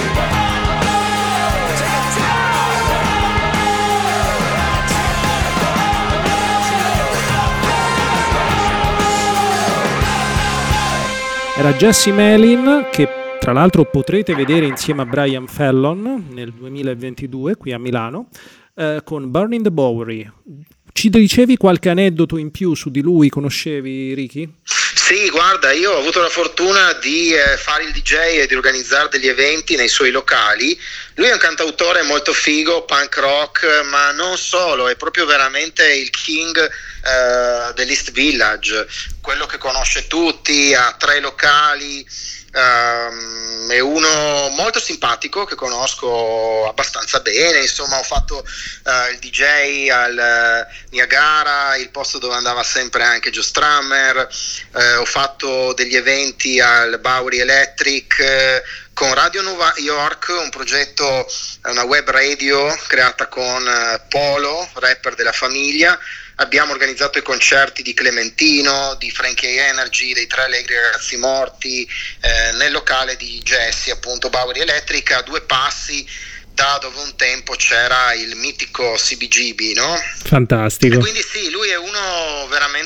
Era Jessie Malin, che tra l'altro potrete vedere insieme a Brian Fallon nel duemilaventidue qui a Milano, eh, con Burning the Bowery. Ci dicevi qualche aneddoto in più su di lui? Conoscevi Ricky? Sì, guarda, io ho avuto la fortuna di eh, fare il D J e di organizzare degli eventi nei suoi locali. Lui è un cantautore molto figo, punk rock, ma non solo, è proprio veramente il king eh, dell'East Village, quello che conosce tutti, ha tre locali. Um, è uno molto simpatico che conosco abbastanza bene, insomma ho fatto uh, il D J al uh, Niagara, il posto dove andava sempre anche Joe Strummer, uh, ho fatto degli eventi al Bowery Electric uh, con Radio New York, un progetto, una web radio creata con uh, Polo, rapper della famiglia. Abbiamo organizzato i concerti di Clementino, di Frankie Energy, dei Tre Allegri Ragazzi Morti, eh, nel locale di Jessie, appunto Bowery Electric, a due passi da dove un tempo c'era il mitico C B G B, no? Fantastico. E quindi sì, lui è uno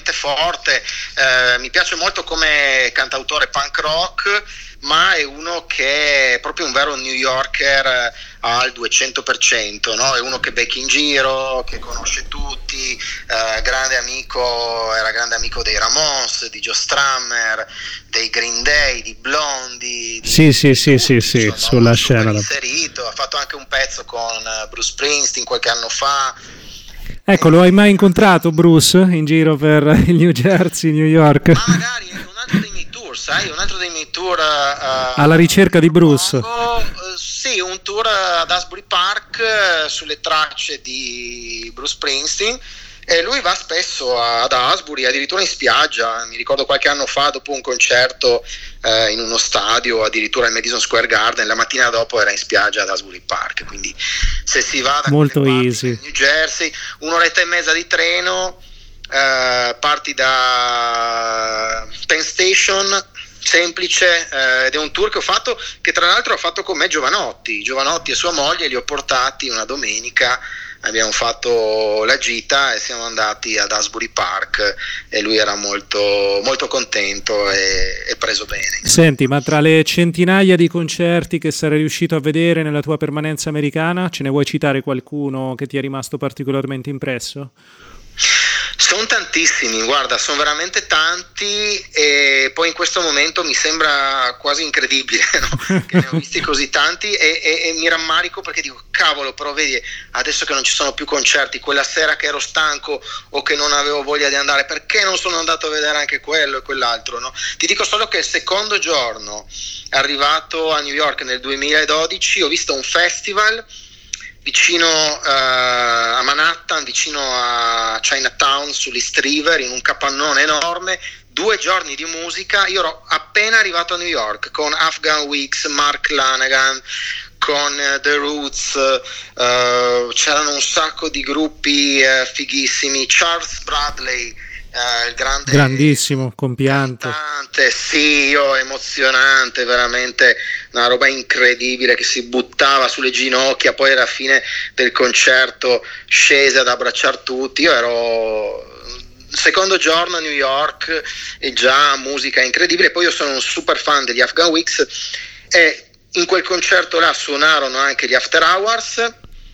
veramente forte, eh, mi piace molto come cantautore punk rock, ma è uno che è proprio un vero New Yorker eh, al duecento per cento, no? È uno che becca in giro, che conosce tutti, eh, grande amico, era grande amico dei Ramones, di Joe Strummer, dei Green Day, di Blondie, di, sì sì di sì tutti, sì sì insomma, sulla scena inserito, ha fatto anche un pezzo con Bruce Springsteen qualche anno fa. Ecco, lo hai mai incontrato Bruce in giro per il New Jersey, New York? Ma magari è un altro dei miei tour, sai, un altro dei miei tour uh, alla ricerca di Bruce. Congo, uh, sì, un tour ad Asbury Park uh, sulle tracce di Bruce Springsteen, e lui va spesso ad Asbury, addirittura in spiaggia. Mi ricordo qualche anno fa, dopo un concerto eh, in uno stadio, addirittura al Madison Square Garden, la mattina dopo era in spiaggia ad Asbury Park. Quindi se si va da molto quelle parti, easy, nel New Jersey, un'oretta e mezza di treno, eh, parti da Penn Station, semplice, eh, ed è un tour che ho fatto, che tra l'altro ho fatto con me Giovanotti Giovanotti e sua moglie, li ho portati una domenica, abbiamo fatto la gita e siamo andati ad Asbury Park e lui era molto molto contento e, e preso bene. Senti, ma tra le centinaia di concerti che sarai riuscito a vedere nella tua permanenza americana, ce ne vuoi citare qualcuno che ti è rimasto particolarmente impresso? Sono tantissimi, guarda, sono veramente tanti, e poi in questo momento mi sembra quasi incredibile, no? Che ne ho visti così tanti, e, e, e mi rammarico perché dico, cavolo, però vedi, adesso che non ci sono più concerti, quella sera che ero stanco o che non avevo voglia di andare, perché non sono andato a vedere anche quello e quell'altro, no? Ti dico solo che il secondo giorno, arrivato a New York nel duemiladodici, ho visto un festival vicino uh, a Manhattan, vicino a Chinatown, sull'East River, in un capannone enorme, due giorni di musica. Io ero appena arrivato a New York con Afghan Wigs, Mark Lanegan, con uh, The Roots, uh, c'erano un sacco di gruppi uh, fighissimi, Charles Bradley, Uh, il grande grandissimo compianto cantante, sì, io emozionante, veramente una roba incredibile, che si buttava sulle ginocchia, poi alla fine del concerto scese ad abbracciare tutti. Io ero secondo giorno a New York e già musica incredibile. Poi io sono un super fan degli Afghan Wigs e in quel concerto là suonarono anche gli After Hours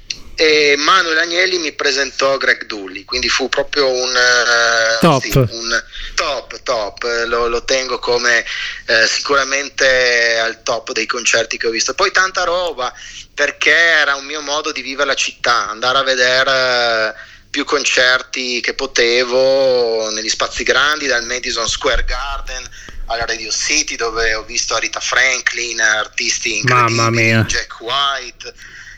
e Manuel Agnelli mi presentò Greg Dulli, quindi fu proprio un uh, top, sì, un top top lo, lo tengo come eh, sicuramente al top dei concerti che ho visto. Poi tanta roba, perché era un mio modo di vivere la città, andare a vedere uh, più concerti che potevo negli spazi grandi, dal Madison Square Garden alla Radio City, dove ho visto Aretha Franklin, artisti incredibili, mamma mia, Jack White,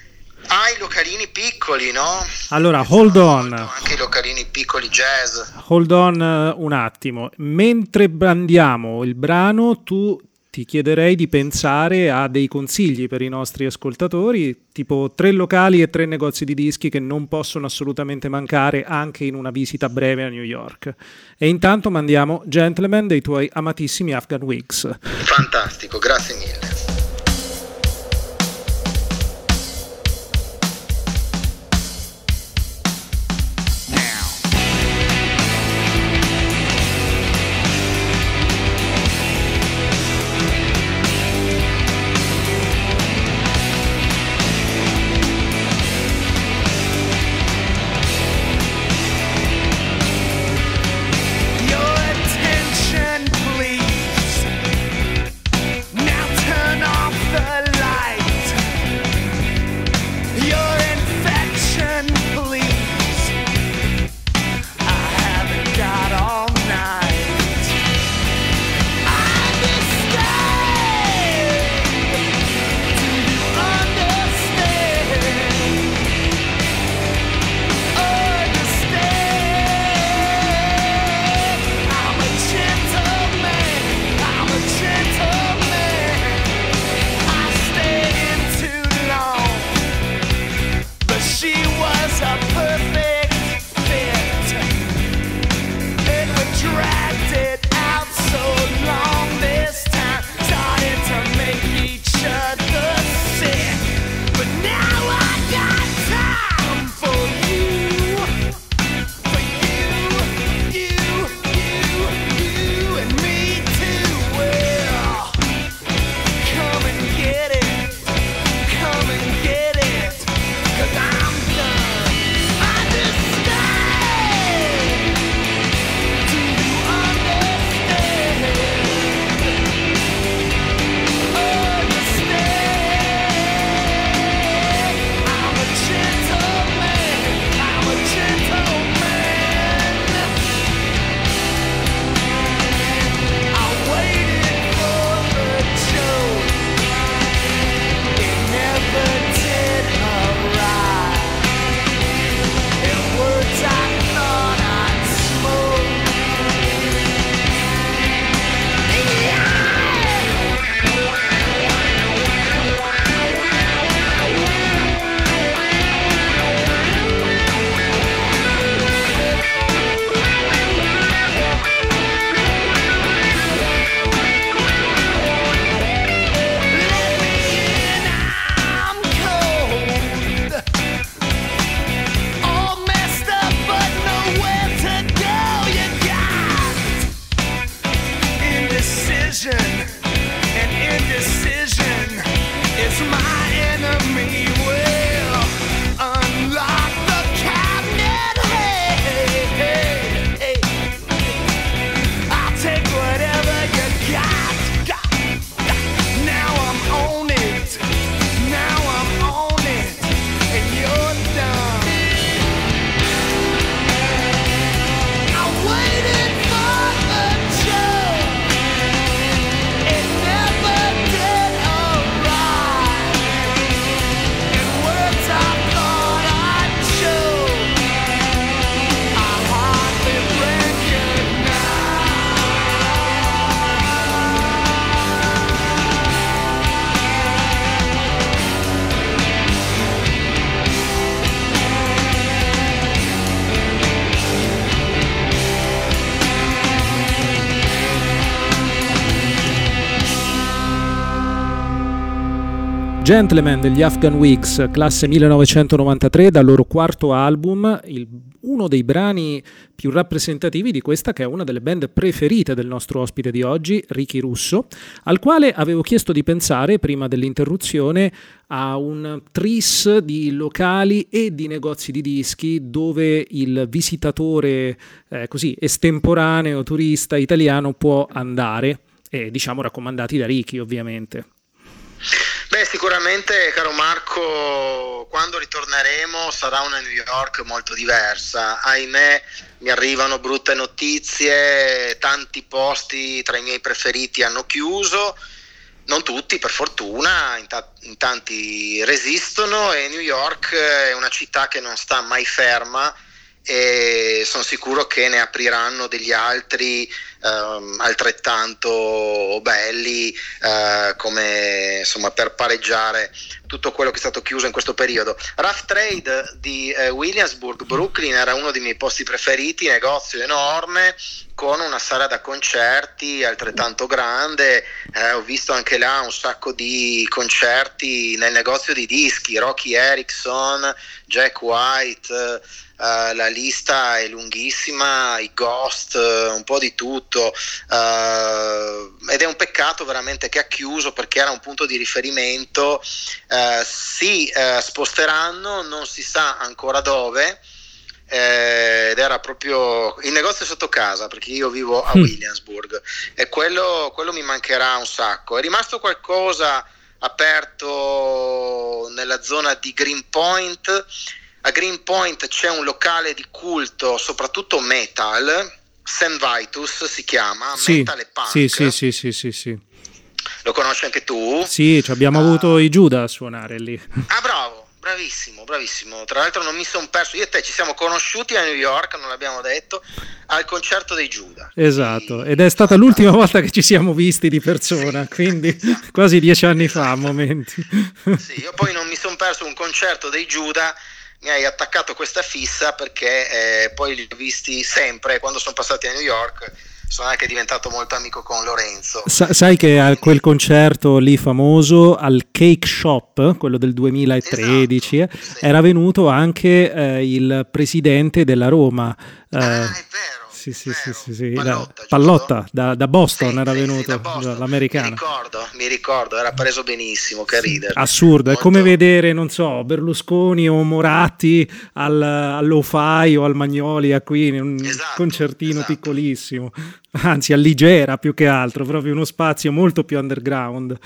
ai localini piccoli, no? Allora, hold on. Anche i localini piccoli jazz. Hold on uh, un attimo. Mentre bandiamo il brano, tu ti chiederei di pensare a dei consigli per i nostri ascoltatori, tipo tre locali e tre negozi di dischi che non possono assolutamente mancare anche in una visita breve a New York. E intanto mandiamo Gentleman dei tuoi amatissimi Afghan Wigs. Fantastico, grazie mille. Your attention, please. Now turn Gentleman degli Afghan Wigs, classe millenovecentonovantatré, dal loro quarto album, il, uno dei brani più rappresentativi di questa che è una delle band preferite del nostro ospite di oggi, Ricky Russo, al quale avevo chiesto di pensare prima dell'interruzione a un tris di locali e di negozi di dischi dove il visitatore eh, così estemporaneo, turista italiano può andare, e diciamo raccomandati da Ricky ovviamente. Beh, sicuramente, caro Marco, quando ritorneremo sarà una New York molto diversa. Ahimè, mi arrivano brutte notizie, tanti posti tra i miei preferiti hanno chiuso, non tutti per fortuna, in, ta- in tanti resistono, e New York è una città che non sta mai ferma, e sono sicuro che ne apriranno degli altri um, altrettanto belli, uh, come insomma per pareggiare tutto quello che è stato chiuso in questo periodo. Rough Trade di uh, Williamsburg, Brooklyn, era uno dei miei posti preferiti, negozio enorme con una sala da concerti altrettanto grande. Eh, ho visto anche là un sacco di concerti nel negozio di dischi, Rocky Erickson, Jack White, Uh, la lista è lunghissima, i Ghost, uh, un po' di tutto, uh, ed è un peccato veramente che ha chiuso, perché era un punto di riferimento. Uh, si uh, sposteranno, non si sa ancora dove, eh, ed era proprio il negozio sotto casa, perché io vivo a Williamsburg, e quello, quello mi mancherà un sacco. È rimasto qualcosa aperto nella zona di Greenpoint. A Greenpoint c'è un locale di culto, soprattutto metal, Sam Vitus si chiama, sì, metal e punk. Sì, sì, sì, sì, sì, sì. Lo conosci anche tu? Sì, ci abbiamo uh, avuto i Giuda a suonare lì. Ah, bravo, bravissimo, bravissimo. Tra l'altro non mi sono perso, io e te ci siamo conosciuti a New York, non l'abbiamo detto, al concerto dei Giuda. Esatto, ed è stata l'ultima volta che ci siamo visti di persona, sì, quindi esatto. Quasi dieci anni fa a momenti. Sì, io poi non mi sono perso un concerto dei Giuda. Mi hai attaccato questa fissa, perché eh, poi li ho visti sempre quando sono passati a New York. Sono anche diventato molto amico con Lorenzo. Sa- sai che a quel concerto lì famoso al Cake Shop, quello del duemilatredici, esatto, sì. Era venuto anche eh, il presidente della Roma. Eh, ah, è vero. Sì, sì, sì, sì, sì. Pallotta, da, Pallotta da, da Boston sì, era sì, venuto, sì, da Boston. L'americano. Mi ricordo, mi ricordo, era preso benissimo, che ridere. Assurdo, Molto... è come vedere, non so, Berlusconi o Moratti al, all'O-Fi o al Magnolia qui, in un esatto, concertino esatto. piccolissimo, anzi all'Igera più che altro, proprio uno spazio molto più underground.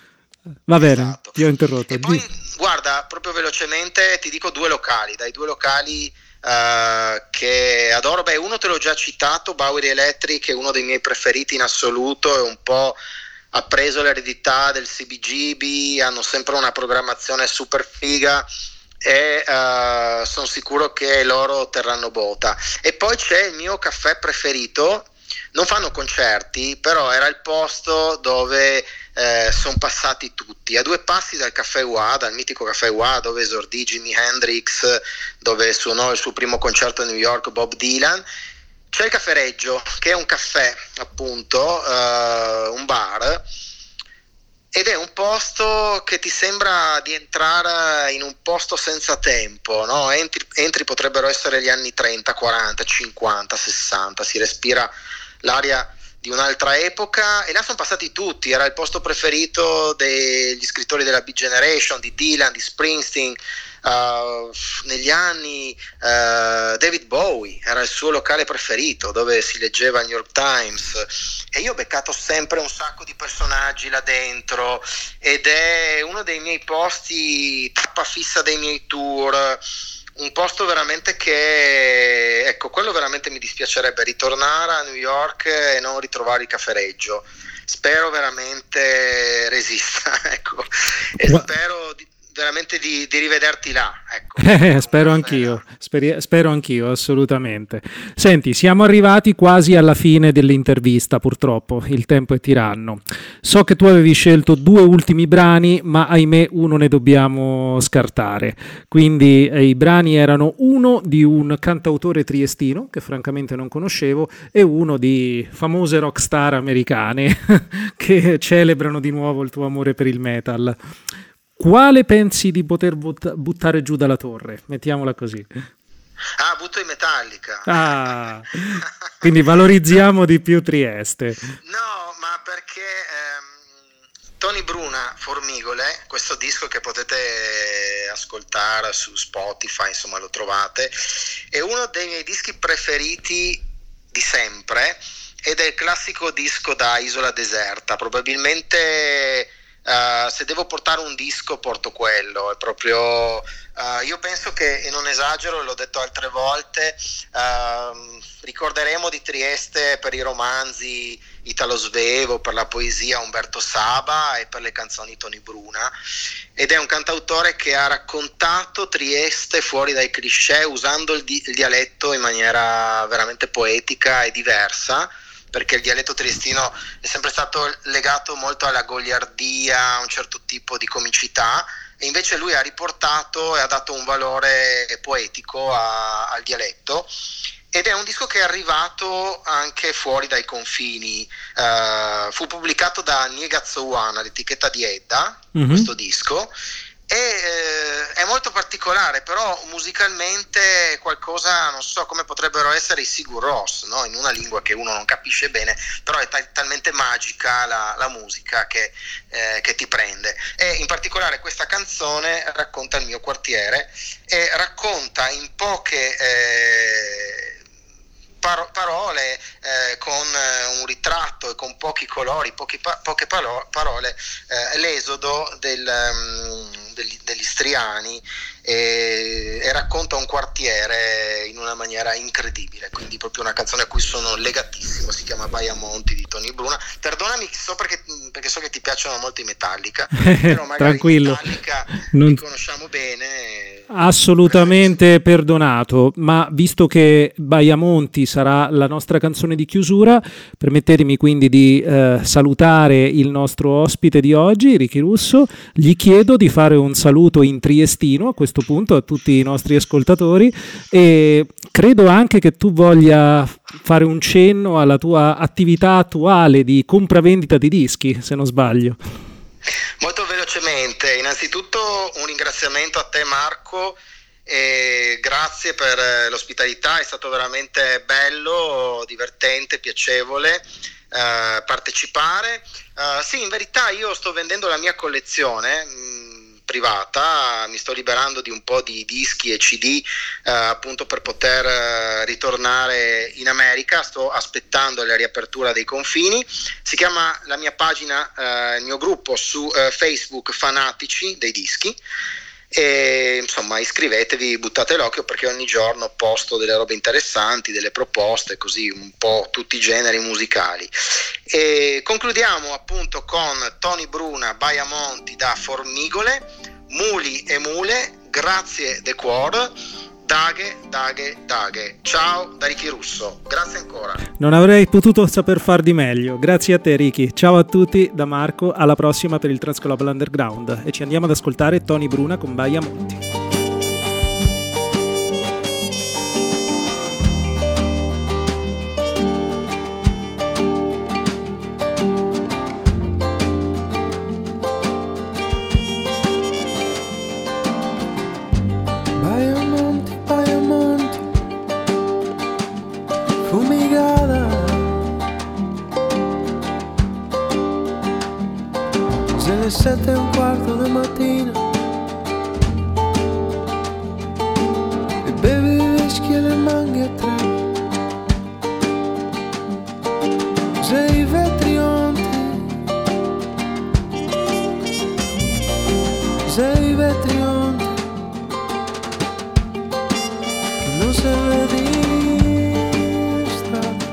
Va bene, esatto. Ti ho interrotto. E poi, guarda, proprio velocemente ti dico due locali, dai due locali Uh, che adoro. Beh, uno te l'ho già citato, Bowery Electric, è uno dei miei preferiti in assoluto, è un po' ha preso l'eredità del C B G B, hanno sempre una programmazione super figa, e uh, sono sicuro che loro terranno botta. E poi c'è il mio caffè preferito, non fanno concerti, però era il posto dove eh, sono passati tutti, a due passi dal Caffè U A, dal mitico Caffè U A dove esordì Jimi Hendrix, dove suonò il suo primo concerto a New York Bob Dylan. C'è il Caffè Reggio, che è un caffè appunto, eh, un bar, ed è un posto che ti sembra di entrare in un posto senza tempo, no? Entri, entri potrebbero essere gli anni trenta, quaranta, cinquanta, sessanta, si respira l'aria di un'altra epoca, e là sono passati tutti. Era il posto preferito degli scrittori della Beat Generation, di Dylan, di Springsteen, uh, negli anni uh, David Bowie era il suo locale preferito, dove si leggeva il New York Times, e io ho beccato sempre un sacco di personaggi là dentro, ed è uno dei miei posti tappa fissa dei miei tour. Un posto veramente che, ecco, quello veramente mi dispiacerebbe, ritornare a New York e non ritrovare il Caffè Reggio. Spero veramente resista, ecco, e Gua- spero di, veramente di, di rivederti là, ecco. Eh, spero anch'io, speri- spero anch'io, assolutamente. Senti, siamo arrivati quasi alla fine dell'intervista, purtroppo, il tempo è tiranno. So che tu avevi scelto due ultimi brani, ma ahimè uno ne dobbiamo scartare. Quindi eh, i brani erano uno di un cantautore triestino, che francamente non conoscevo, e uno di famose rockstar americane che celebrano di nuovo il tuo amore per il metal. quale pensi di poter but- buttare giù dalla torre? Mettiamola così. Ah, butto in Metallica. Ah, quindi valorizziamo di più Trieste. No, ma perché ehm, Tony Bruna, Formigole, questo disco che potete ascoltare su Spotify, insomma lo trovate, è uno dei miei dischi preferiti di sempre ed è il classico disco da isola deserta. Probabilmente uh, se devo portare un disco porto quello, è proprio uh, io penso che, e non esagero, l'ho detto altre volte, uh, ricorderemo di Trieste per i romanzi Italo Svevo, per la poesia Umberto Saba e per le canzoni Tony Bruna, ed è un cantautore che ha raccontato Trieste fuori dai cliché, usando il, di- il dialetto in maniera veramente poetica e diversa, perché il dialetto triestino è sempre stato legato molto alla goliardia, a un certo tipo di comicità, e invece lui ha riportato e ha dato un valore poetico a, al dialetto, ed è un disco che è arrivato anche fuori dai confini. Uh, fu pubblicato da Niegazzo One, l'etichetta di Edda, mm-hmm. questo disco, e eh, è molto particolare, però musicalmente qualcosa, non so come potrebbero essere i Sigur Rós, no? In una lingua che uno non capisce bene, però è ta- talmente magica la, la musica che, eh, che ti prende. E in particolare questa canzone racconta il mio quartiere e racconta in poche eh, Paro- parole, eh, con eh, un ritratto e con pochi colori, pochi pa- poche palo- parole, eh, l'esodo del, um, degli, degli istriani, e, e racconta un quartiere in una maniera incredibile, quindi proprio una canzone a cui sono legatissimo, si chiama Baiamonti di Tony Bruna. Perdonami, so perché, perché so che ti piacciono molto i Metallica, però magari tranquillo, Metallica non... li conosciamo bene. Assolutamente perdonato, ma visto che Baiamonti sarà la nostra canzone di chiusura, permettetemi quindi di eh, salutare il nostro ospite di oggi, Ricky Russo. Gli chiedo di fare un saluto in triestino a questo punto a tutti i nostri ascoltatori, e credo anche che tu voglia fare un cenno alla tua attività attuale di compravendita di dischi, se non sbaglio. Molto velocemente, innanzitutto un ringraziamento a te Marco, e grazie per l'ospitalità, è stato veramente bello, divertente, piacevole eh, partecipare. Uh, sì, in verità io sto vendendo la mia collezione mh, privata, mi sto liberando di un po' di dischi e C D uh, appunto per poter uh, ritornare in America. Sto aspettando la riapertura dei confini. Si chiama la mia pagina, uh, il mio gruppo su uh, Facebook, Fanatici dei dischi, e insomma iscrivetevi, buttate l'occhio, perché ogni giorno posto delle robe interessanti, delle proposte, così un po' tutti i generi musicali. E concludiamo appunto con Tony Bruna, Baiamonti da Formigole, Muli e Mule, grazie de cuore, Daghe, Daghe, Daghe. Ciao da Ricky Russo, grazie ancora. Non avrei potuto saper far di meglio. Grazie a te Ricky. Ciao a tutti da Marco, alla prossima per il Transglobal Underground, e ci andiamo ad ascoltare Tony Bruna con Baiamonti. Sette e un quarto di mattina e bevi whisky e le manghe a tre. Sei vetri onti, sei vetri onti che non serve di strada.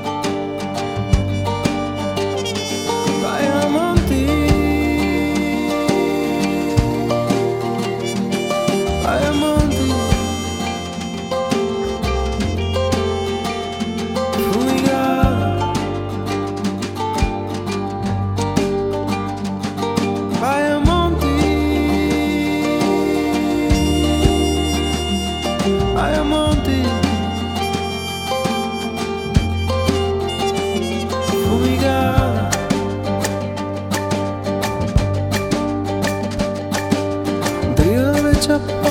Baiamonti, up